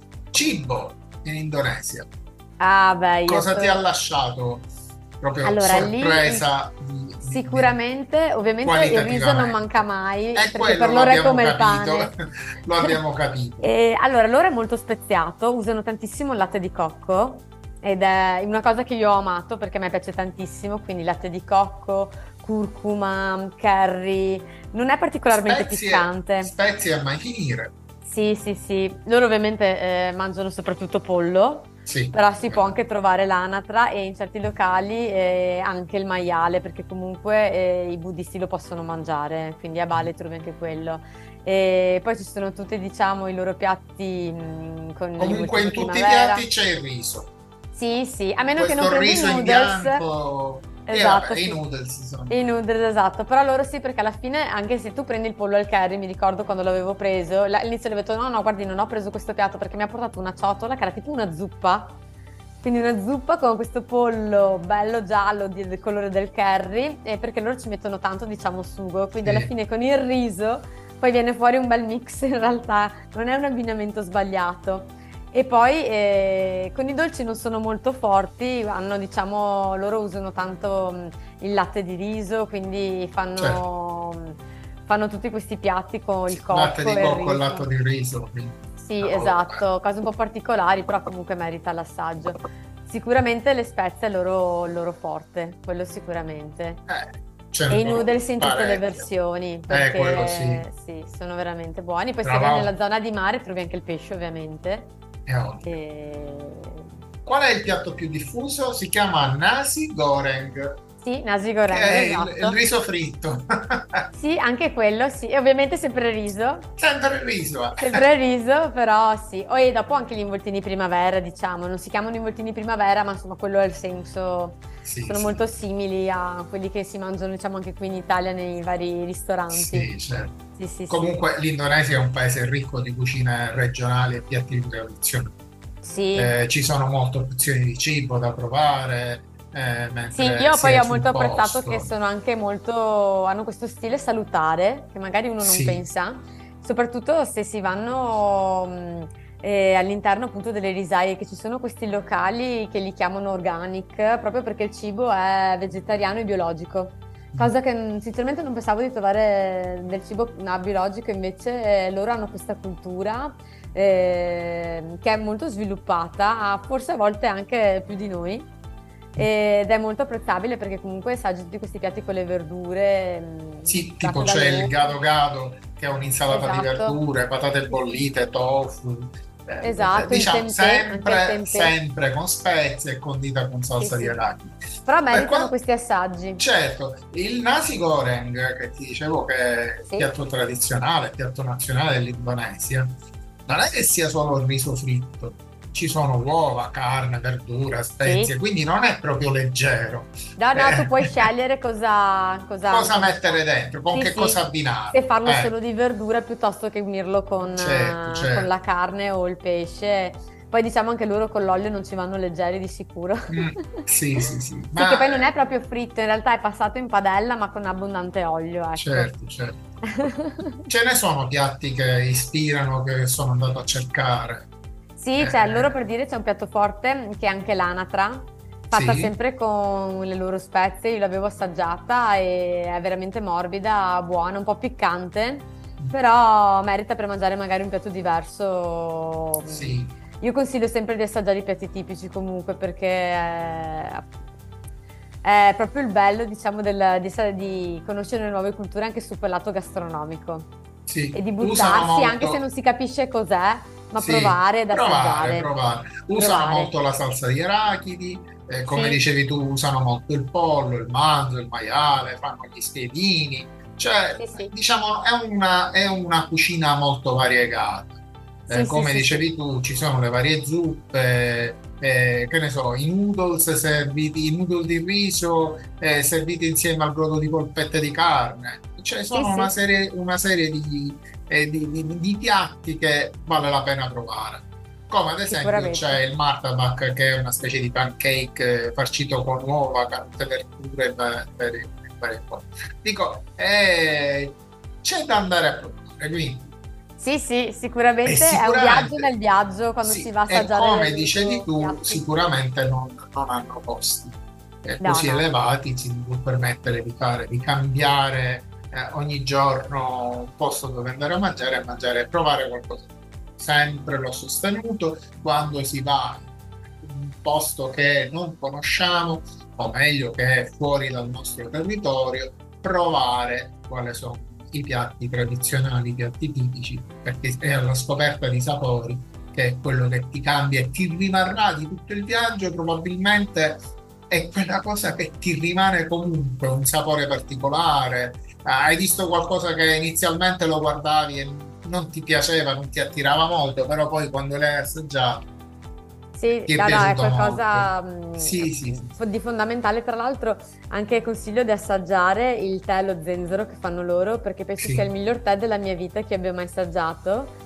Speaker 2: Cibo in Indonesia.
Speaker 3: Ah, beh, io
Speaker 2: Cosa ti ha
Speaker 3: so...
Speaker 2: lasciato proprio
Speaker 3: Allora, lì in-
Speaker 2: sorpresa di, di- di-
Speaker 3: sicuramente, ovviamente il riso non manca
Speaker 2: qualitativamente?
Speaker 3: mai,
Speaker 2: E
Speaker 3: perché per
Speaker 2: quello lo
Speaker 3: loro è
Speaker 2: abbiamo
Speaker 3: come il
Speaker 2: capito,
Speaker 3: pane.
Speaker 2: lo abbiamo capito.
Speaker 3: E allora, loro è molto speziato, usano tantissimo il latte di cocco ed è una cosa che io ho amato perché a me piace tantissimo, quindi latte di cocco, curcuma, curry, non è particolarmente
Speaker 2: Spezie,
Speaker 3: piccante.
Speaker 2: spezie a mai finire.
Speaker 3: Sì, sì, sì. Loro ovviamente eh, mangiano soprattutto pollo,
Speaker 2: Sì,
Speaker 3: però si può
Speaker 2: quello.
Speaker 3: anche trovare l'anatra e in certi locali eh, anche il maiale, perché comunque eh, i buddisti lo possono mangiare, quindi a Bali trovi anche quello. E poi ci sono tutti, diciamo, i loro piatti mh, con gli
Speaker 2: Comunque
Speaker 3: involtini
Speaker 2: in tutti i piatti
Speaker 3: primavera.
Speaker 2: c'è il riso.
Speaker 3: Sì, sì, a meno che non
Speaker 2: Questo
Speaker 3: prendi i
Speaker 2: riso in
Speaker 3: noodles.
Speaker 2: bianco. E
Speaker 3: Esatto,
Speaker 2: vabbè, i
Speaker 3: sì.
Speaker 2: noodles sono.
Speaker 3: I noodles, esatto. Però loro sì, perché alla fine, anche se tu prendi il pollo al curry, mi ricordo quando l'avevo preso, la- all'inizio le ho detto no, no, guardi, non ho preso questo piatto perché mi ha portato una ciotola che era tipo una zuppa. Quindi una zuppa con questo pollo bello giallo di- del colore del curry, e perché loro ci mettono tanto, diciamo, sugo. Quindi alla
Speaker 2: Sì.
Speaker 3: fine con il riso poi viene fuori un bel mix, in realtà non è un abbinamento sbagliato. E poi eh, con i dolci non sono molto forti, hanno, diciamo, loro usano tanto mh, il latte di riso, quindi
Speaker 2: Certo,
Speaker 3: fanno, mh, fanno tutti questi piatti con il
Speaker 2: sì, latte
Speaker 3: cocco
Speaker 2: di
Speaker 3: e il
Speaker 2: cocco e latte
Speaker 3: riso.
Speaker 2: di riso, quindi
Speaker 3: Sì,
Speaker 2: una roba
Speaker 3: esatto, cose un po' particolari, però comunque merita l'assaggio. Sicuramente le spezie è il loro, il loro forte, quello sicuramente.
Speaker 2: bella. Eh, ce
Speaker 3: E
Speaker 2: ne
Speaker 3: i
Speaker 2: sono
Speaker 3: noodles in tutte le
Speaker 2: parecchie.
Speaker 3: versioni,
Speaker 2: Eh, quello sì.
Speaker 3: perché sì, sono veramente buoni. Poi se
Speaker 2: Tra
Speaker 3: vai nella
Speaker 2: l'altro,
Speaker 3: zona di mare trovi anche il pesce, ovviamente.
Speaker 2: è ovvio.
Speaker 3: E...
Speaker 2: Qual è il piatto più diffuso? Si chiama nasi goreng,
Speaker 3: Sì, nasi
Speaker 2: che
Speaker 3: goreng,
Speaker 2: è il, il
Speaker 3: esatto.
Speaker 2: riso fritto.
Speaker 3: Sì, anche quello, sì. E ovviamente sempre riso.
Speaker 2: Sempre il riso. eh.
Speaker 3: Sempre riso, però sì. Oh, e dopo anche gli involtini primavera, diciamo. Non si chiamano involtini primavera, ma insomma quello è il senso.
Speaker 2: Sì,
Speaker 3: Sono
Speaker 2: sì,
Speaker 3: molto simili a quelli che si mangiano, diciamo, anche qui in Italia nei vari ristoranti.
Speaker 2: sì, certo.
Speaker 3: Sì, sì, sì.
Speaker 2: Comunque l'Indonesia è un paese ricco di cucine regionali e piatti tradizionali.
Speaker 3: Sì.
Speaker 2: Eh, ci sono molte opzioni di cibo da provare, eh,
Speaker 3: Sì,
Speaker 2: mentre
Speaker 3: io
Speaker 2: si
Speaker 3: poi
Speaker 2: è
Speaker 3: ho
Speaker 2: sul
Speaker 3: molto apprezzato che
Speaker 2: posto.
Speaker 3: sono anche molto, hanno questo stile salutare, che magari uno non
Speaker 2: Sì,
Speaker 3: pensa, soprattutto se si vanno mh, eh, all'interno appunto delle risaie, che ci sono questi locali che li chiamano organic, proprio perché il cibo è vegetariano e biologico. Cosa che mh, sinceramente non pensavo di trovare del cibo no, biologico, invece eh, loro hanno questa cultura eh, che è molto sviluppata, forse a volte anche più di noi. Ed è molto apprezzabile perché comunque assaggi tutti questi piatti con le verdure,
Speaker 2: sì,
Speaker 3: mh,
Speaker 2: tipo
Speaker 3: tratte da
Speaker 2: c'è il
Speaker 3: loro.
Speaker 2: gado gado, che è un'insalata di
Speaker 3: Esatto,
Speaker 2: verdure, patate
Speaker 3: sì, sì.
Speaker 2: bollite, tofu, eh, eh,
Speaker 3: Esatto, il
Speaker 2: diciamo
Speaker 3: tempeh, anche il
Speaker 2: sempre,
Speaker 3: tempeh.
Speaker 2: sempre con spezie e condita con
Speaker 3: Sì,
Speaker 2: salsa di
Speaker 3: sì.
Speaker 2: arachidi.
Speaker 3: Però
Speaker 2: Per
Speaker 3: meritano
Speaker 2: qua-
Speaker 3: questi assaggi.
Speaker 2: certo, il nasi goreng, che ti dicevo che è il
Speaker 3: Sì,
Speaker 2: piatto tradizionale, il piatto nazionale dell'Indonesia, non è che sia solo il riso fritto, ci sono uova, carne, verdura, spezie,
Speaker 3: sì.
Speaker 2: quindi non è proprio leggero.
Speaker 3: No, no, tu
Speaker 2: Eh,
Speaker 3: puoi scegliere cosa, cosa,
Speaker 2: cosa
Speaker 3: cosa
Speaker 2: mettere
Speaker 3: fare.
Speaker 2: dentro, con
Speaker 3: Sì,
Speaker 2: che cosa
Speaker 3: sì. Se
Speaker 2: abbinare.
Speaker 3: farlo
Speaker 2: Eh,
Speaker 3: solo di verdura piuttosto che unirlo con,
Speaker 2: certo,
Speaker 3: eh, con
Speaker 2: certo.
Speaker 3: la carne o il pesce. Poi diciamo anche loro con l'olio non ci vanno leggeri di sicuro.
Speaker 2: Mm, sì, sì, sì,
Speaker 3: Sì, che
Speaker 2: ma
Speaker 3: poi non è
Speaker 2: eh,
Speaker 3: proprio fritto, in realtà è passato in padella ma con abbondante olio, ecco.
Speaker 2: certo, certo. Ce ne sono piatti che ispirano, che sono andato a cercare.
Speaker 3: Sì, cioè loro
Speaker 2: Eh,
Speaker 3: per dire c'è un piatto forte che è anche l'anatra, fatta
Speaker 2: sì,
Speaker 3: sempre con le loro spezie, io l'avevo assaggiata e è veramente morbida, buona, un po' piccante, però merita per mangiare magari un piatto diverso.
Speaker 2: sì,
Speaker 3: Io consiglio sempre di assaggiare i piatti tipici comunque perché è, è proprio il bello, diciamo, del- di, sa- di conoscere le nuove culture anche su quel lato gastronomico e
Speaker 2: sì.
Speaker 3: di
Speaker 2: Usano
Speaker 3: buttarsi anche se non
Speaker 2: molto,
Speaker 3: si capisce cos'è, ma
Speaker 2: sì,
Speaker 3: provare ed
Speaker 2: provare,
Speaker 3: assaggiare.
Speaker 2: provare. Usano
Speaker 3: Provare.
Speaker 2: molto la salsa di arachidi, eh, come
Speaker 3: Sì,
Speaker 2: dicevi tu, usano molto il pollo, il manzo, il maiale, fanno gli spiedini. Cioè,
Speaker 3: sì, sì,
Speaker 2: diciamo, è una, è una cucina molto variegata. Eh,
Speaker 3: sì, sì,
Speaker 2: come
Speaker 3: sì, sì,
Speaker 2: dicevi tu, ci sono le varie zuppe, eh, che ne so, i noodles serviti, i noodle di riso eh, serviti insieme al brodo di polpette di carne. Cioè,
Speaker 3: sì,
Speaker 2: sono una
Speaker 3: sì,
Speaker 2: serie, una serie di, eh, di- di- di piatti che vale la pena provare. Come ad esempio c'è
Speaker 3: sicuramente.
Speaker 2: il martabak, che è una specie di pancake eh, farcito con uova, tante verdure, beh, per- per il ponte. Dico, eh, c'è da andare a provare, quindi.
Speaker 3: Sì, sì,
Speaker 2: E
Speaker 3: sicuramente è un viaggio
Speaker 2: sicuramente,
Speaker 3: nel viaggio quando si
Speaker 2: sì,
Speaker 3: va a
Speaker 2: e
Speaker 3: assaggiare
Speaker 2: come dicevi
Speaker 3: i
Speaker 2: tu,
Speaker 3: piatti.
Speaker 2: sicuramente non, non hanno costi eh,
Speaker 3: No,
Speaker 2: così
Speaker 3: no.
Speaker 2: elevati, si può permettere di fare, di cambiare eh, ogni giorno un posto dove andare a mangiare e mangiare e provare qualcosa. Sempre l'ho sostenuto, quando si va in un posto che non conosciamo, o meglio che è fuori dal nostro territorio, provare quali sono i piatti tradizionali, i piatti tipici, perché è alla scoperta di sapori che è quello che ti cambia e ti rimarrà di tutto il viaggio, probabilmente è quella cosa che ti rimane comunque, un sapore particolare. Ah, hai visto qualcosa che inizialmente lo guardavi e non ti piaceva, non ti attirava molto, però poi quando l'hai assaggiato
Speaker 3: Sì,
Speaker 2: ti è
Speaker 3: no, no, è
Speaker 2: piaciuto molto.
Speaker 3: qualcosa mh,
Speaker 2: Sì, sì, sì,
Speaker 3: fo- di fondamentale. Tra l'altro, anche consiglio di assaggiare il tè e lo zenzero che fanno loro, perché penso sia
Speaker 2: sì,
Speaker 3: il miglior tè della mia vita che abbia mai assaggiato.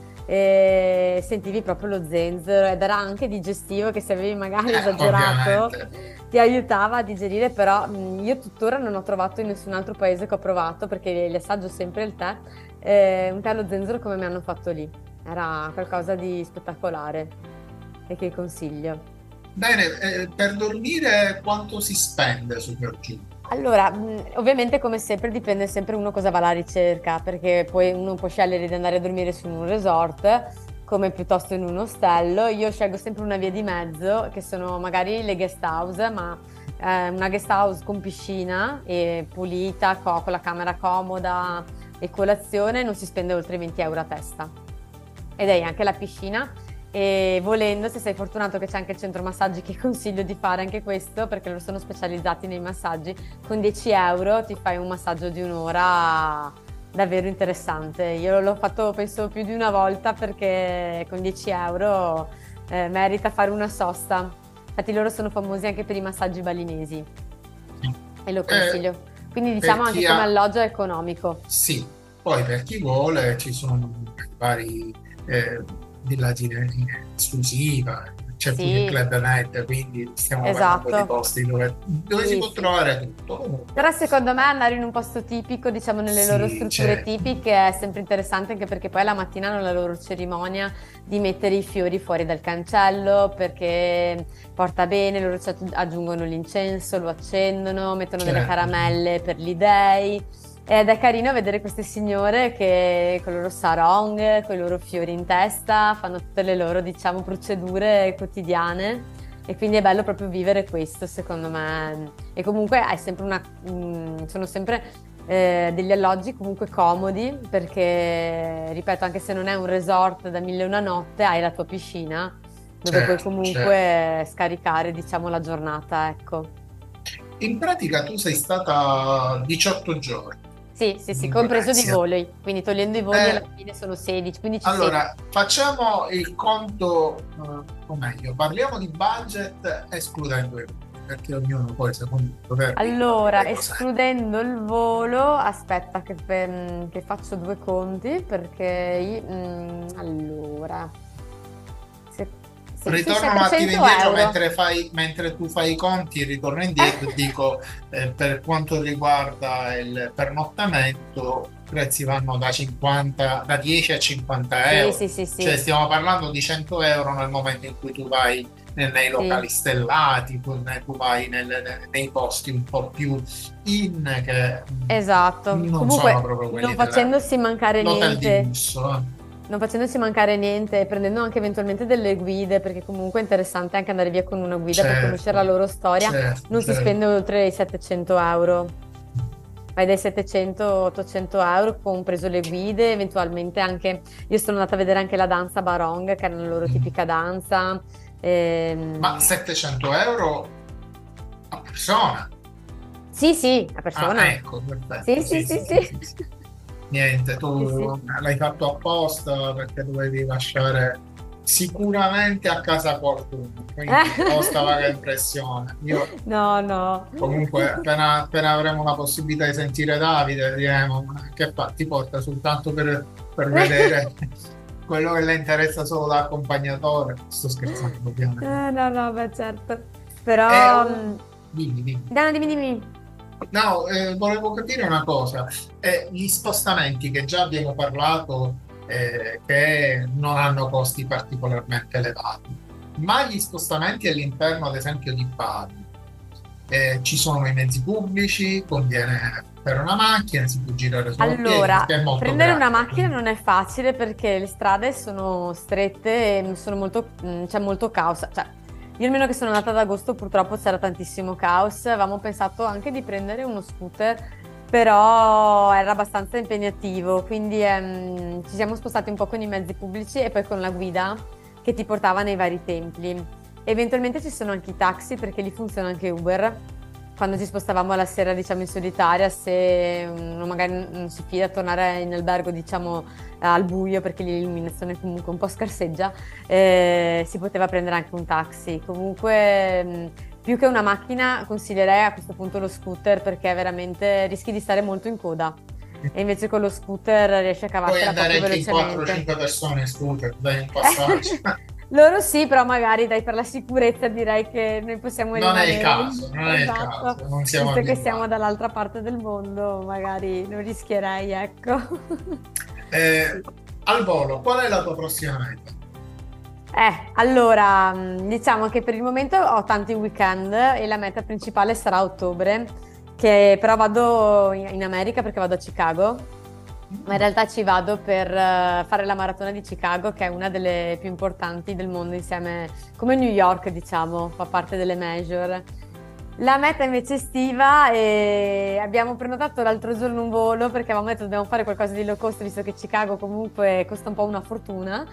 Speaker 3: E sentivi proprio lo zenzero ed era anche digestivo, che se avevi magari
Speaker 2: eh,
Speaker 3: esagerato
Speaker 2: ovviamente.
Speaker 3: ti aiutava a digerire, però mh, io tuttora non ho trovato in nessun altro paese che ho provato, perché li assaggio sempre il tè, eh, un tè allo zenzero come mi hanno fatto lì. Era qualcosa di spettacolare e che consiglio.
Speaker 2: Bene, eh, per dormire quanto si spende su per giù?
Speaker 3: Allora, mh, ovviamente come sempre dipende sempre uno cosa va alla ricerca, perché poi uno può scegliere di andare a dormire su un resort come piuttosto in un ostello. Io scelgo sempre una via di mezzo, che sono magari le guest house, ma eh, una guest house con piscina e pulita, co- con la camera comoda e colazione, non si spende oltre venti euro a testa. Ed hai anche la piscina. E volendo, se sei fortunato che c'è anche il centro massaggi, che consiglio di fare anche questo perché loro sono specializzati nei massaggi, con dieci euro ti fai un massaggio di un'ora davvero interessante. Io l'ho fatto penso più di una volta perché con dieci euro eh, merita fare una sosta. Infatti loro sono famosi anche per i massaggi balinesi e lo
Speaker 2: Eh,
Speaker 3: consiglio. Quindi
Speaker 2: per
Speaker 3: diciamo anche
Speaker 2: chi
Speaker 3: come
Speaker 2: ha,
Speaker 3: alloggio è economico.
Speaker 2: sì, poi per chi vuole ci sono vari eh, villaggi in esclusiva, c'è pure il
Speaker 3: Sì,
Speaker 2: Club Med, quindi stiamo parlando di
Speaker 3: esatto.
Speaker 2: posti dove, dove si
Speaker 3: Sì,
Speaker 2: può
Speaker 3: sì.
Speaker 2: trovare tutto. Comunque,
Speaker 3: Però secondo me andare in un posto tipico, diciamo nelle loro
Speaker 2: sì,
Speaker 3: strutture
Speaker 2: c'è,
Speaker 3: tipiche, è sempre interessante anche perché poi la mattina hanno la loro cerimonia di mettere i fiori fuori dal cancello perché porta bene, loro ci aggiungono l'incenso, lo accendono, mettono delle
Speaker 2: certo,
Speaker 3: caramelle per gli dei. Ed è carino vedere queste signore che con i loro sarong, con i loro fiori in testa, fanno tutte le loro, diciamo, procedure quotidiane. E quindi è bello proprio vivere questo, secondo me. E comunque hai sempre una, mh, sono sempre eh, degli alloggi comunque comodi, perché, ripeto, anche se non è un resort da mille e una notte, hai la tua piscina dove puoi
Speaker 2: certo, certo.
Speaker 3: comunque scaricare, diciamo, la giornata, ecco.
Speaker 2: In pratica tu sei stata diciotto giorni
Speaker 3: Sì, sì,
Speaker 2: in
Speaker 3: sì, compreso di
Speaker 2: Indonesia.
Speaker 3: voli, quindi togliendo i voli alla
Speaker 2: Eh,
Speaker 3: fine sono sedici, quindici sedici.
Speaker 2: allora, facciamo il conto, eh, o meglio, parliamo di budget escludendo i voli, perché ognuno poi secondo il poter dicono
Speaker 3: Allora,
Speaker 2: le cose.
Speaker 3: escludendo il volo, aspetta che, pe- che faccio due conti perché io- mm, allora, se- sì, sui
Speaker 2: Ritorno un attimo
Speaker 3: settecento
Speaker 2: indietro
Speaker 3: euro.
Speaker 2: mentre fai, mentre tu fai i conti, ritorno indietro e dico eh, per quanto riguarda il pernottamento, i prezzi vanno da cinquanta, da dieci a cinquanta
Speaker 3: Sì,
Speaker 2: euro,
Speaker 3: sì, sì,
Speaker 2: cioè
Speaker 3: sì,
Speaker 2: stiamo parlando di cento euro nel momento in cui tu vai nei, nei
Speaker 3: sì,
Speaker 2: locali stellati, tu, tu vai nel- nei posti un po' più in che
Speaker 3: esatto.
Speaker 2: mm, non sono
Speaker 3: Comunque,
Speaker 2: proprio quelli
Speaker 3: non
Speaker 2: della-
Speaker 3: facendosi mancare
Speaker 2: dell'hotel di
Speaker 3: niente.
Speaker 2: lusso. Eh.
Speaker 3: Non facendosi mancare niente, prendendo anche eventualmente delle guide, perché comunque è interessante anche andare via con una guida per conoscere la
Speaker 2: Certo,
Speaker 3: loro storia,
Speaker 2: certo,
Speaker 3: non si
Speaker 2: certo.
Speaker 3: spende oltre i settecento euro. Vai dai settecento ottocento euro, compreso le guide, eventualmente anche, io sono andata a vedere anche la danza Barong, che è la loro
Speaker 2: Mm.
Speaker 3: tipica danza.
Speaker 2: Ma
Speaker 3: Ehm,
Speaker 2: settecento euro a persona?
Speaker 3: sì, sì, a
Speaker 2: Ah,
Speaker 3: persona.
Speaker 2: ecco,
Speaker 3: Sì,
Speaker 2: perfetto.
Speaker 3: sì,
Speaker 2: Sì,
Speaker 3: sì,
Speaker 2: sì, sì,
Speaker 3: sì.
Speaker 2: sì, sì. Niente,
Speaker 3: Sì, sì.
Speaker 2: tu l'hai fatto apposta perché dovevi lasciare sicuramente a casa qualcuno, quindi ho sta vaga impressione. Io
Speaker 3: No, no.
Speaker 2: comunque appena, appena avremo la possibilità di sentire Davide diremo "Ma che fa? Ti porta soltanto per, per vedere quello che le interessa solo da accompagnatore." Sto scherzando, ovviamente.
Speaker 3: Eh, no, no, beh, certo.
Speaker 2: È
Speaker 3: Però...
Speaker 2: un...
Speaker 3: mh,
Speaker 2: Dimmi, dimmi.
Speaker 3: no, dimmi, dimmi.
Speaker 2: No, eh, volevo capire una cosa. Eh, gli spostamenti che già abbiamo parlato, eh, che non hanno costi particolarmente elevati, ma gli spostamenti all'interno, ad esempio, di Bari, eh, ci sono i mezzi pubblici, conviene per una macchina, si può girare solo a piedi,
Speaker 3: Allora,
Speaker 2: perché è molto
Speaker 3: prendere una
Speaker 2: grande.
Speaker 3: macchina
Speaker 2: Quindi-
Speaker 3: non è facile perché le strade sono strette e sono molto, mh, c'è molto caos. Cioè, io almeno che sono andata ad agosto purtroppo c'era tantissimo caos. Avevamo pensato anche di prendere uno scooter, però era abbastanza impegnativo. Quindi ehm, ci siamo spostati un po' con i mezzi pubblici e poi con la guida che ti portava nei vari templi. Eventualmente ci sono anche i taxi perché lì funziona anche Uber. Quando ci spostavamo la sera, diciamo, in solitaria, se uno magari non si fida a tornare in albergo, diciamo, al buio perché l'illuminazione comunque un po' scarseggia, eh, si poteva prendere anche un taxi. Comunque, mh, più che una macchina, consiglierei a questo punto lo scooter perché veramente rischi di stare molto in coda. E invece con lo scooter riesci a
Speaker 2: Puoi
Speaker 3: cavartela
Speaker 2: andare
Speaker 3: proprio
Speaker 2: anche in quattro o
Speaker 3: velocemente.
Speaker 2: cinque persone in scooter, dai un passaggio.
Speaker 3: Loro sì, però magari dai per la sicurezza direi che noi possiamo
Speaker 2: Non è il
Speaker 3: rimanere
Speaker 2: caso,
Speaker 3: lì.
Speaker 2: non è il
Speaker 3: Esatto,
Speaker 2: caso, non siamo
Speaker 3: visto che siamo
Speaker 2: abituati.
Speaker 3: dall'altra parte del mondo, magari non rischierei, ecco.
Speaker 2: Eh, al volo, qual è la tua prossima meta?
Speaker 3: Eh, allora, mh, diciamo che per il momento ho tanti weekend e la meta principale sarà a ottobre, che però vado in in America perché vado a Chicago. Ma in realtà ci vado per eh, fare la maratona di Chicago, che è una delle più importanti del mondo, insieme come New York, diciamo, fa parte delle major. La meta invece è estiva e abbiamo prenotato l'altro giorno un volo perché avevamo detto dobbiamo fare qualcosa di low cost, visto che Chicago comunque costa un po' una fortuna.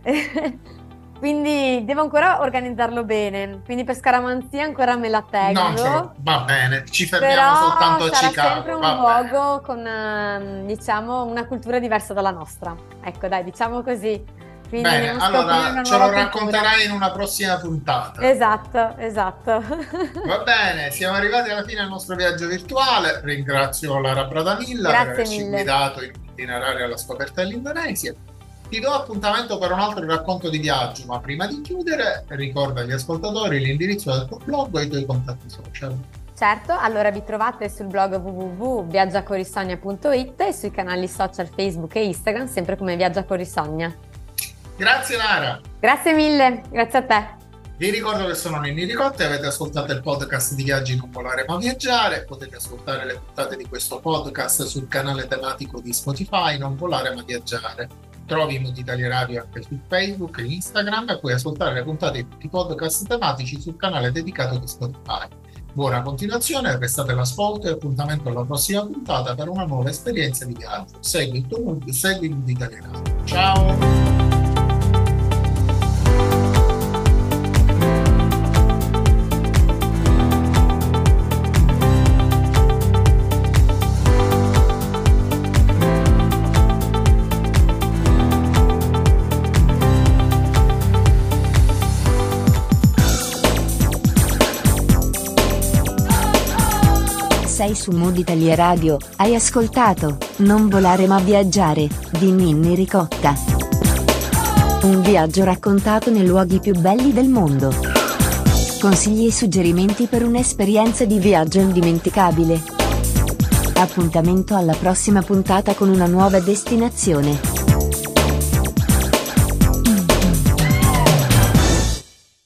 Speaker 3: Quindi devo ancora organizzarlo bene. Quindi per scaramanzia ancora me la
Speaker 2: Non ce
Speaker 3: tengo.
Speaker 2: lo... Va bene, ci fermiamo
Speaker 3: Però
Speaker 2: soltanto a
Speaker 3: sarà sempre
Speaker 2: Chicago,
Speaker 3: un
Speaker 2: va bene.
Speaker 3: luogo con, ehm, diciamo, una cultura diversa dalla nostra. Ecco, dai, diciamo così. Quindi
Speaker 2: Bene,
Speaker 3: andiamo a scoprire
Speaker 2: allora
Speaker 3: una
Speaker 2: ce lo
Speaker 3: nuova cultura.
Speaker 2: racconterai in una prossima puntata.
Speaker 3: Esatto, esatto.
Speaker 2: Va bene, siamo arrivati alla fine del nostro viaggio virtuale. Ringrazio Lara Bradanilla per
Speaker 3: Grazie
Speaker 2: averci
Speaker 3: mille.
Speaker 2: guidato in un itinerario alla scoperta dell'Indonesia. Ti do appuntamento per un altro racconto di viaggio, ma prima di chiudere, ricorda agli ascoltatori l'indirizzo del tuo blog e i tuoi contatti social.
Speaker 3: Certo, allora vi trovate sul blog w w w punto viaggiacorisogna punto i t e sui canali social Facebook e Instagram, sempre come Viaggia Corisogna.
Speaker 2: Grazie Lara!
Speaker 3: Grazie mille, grazie a te.
Speaker 2: Vi ricordo che sono Ninni Ricotta e avete ascoltato il podcast di Viaggi Non Volare Ma Viaggiare. Potete ascoltare le puntate di questo podcast sul canale tematico di Spotify Non Volare Ma Viaggiare. Trovi Mood Italia Radio anche su Facebook e Instagram e puoi ascoltare le puntate di tutti i podcast tematici sul canale dedicato di Spotify. Buona continuazione, restate all'ascolto e appuntamento alla prossima puntata per una nuova esperienza di viaggio. Segui il tuo mood, segui Mood Italia Radio. Ciao!
Speaker 1: Sei su Mood Italia Radio, hai ascoltato Non volare ma viaggiare, di Ninni Ricotta. Un viaggio raccontato nei luoghi più belli del mondo. Consigli e suggerimenti per un'esperienza di viaggio indimenticabile. Appuntamento alla prossima puntata con una nuova destinazione.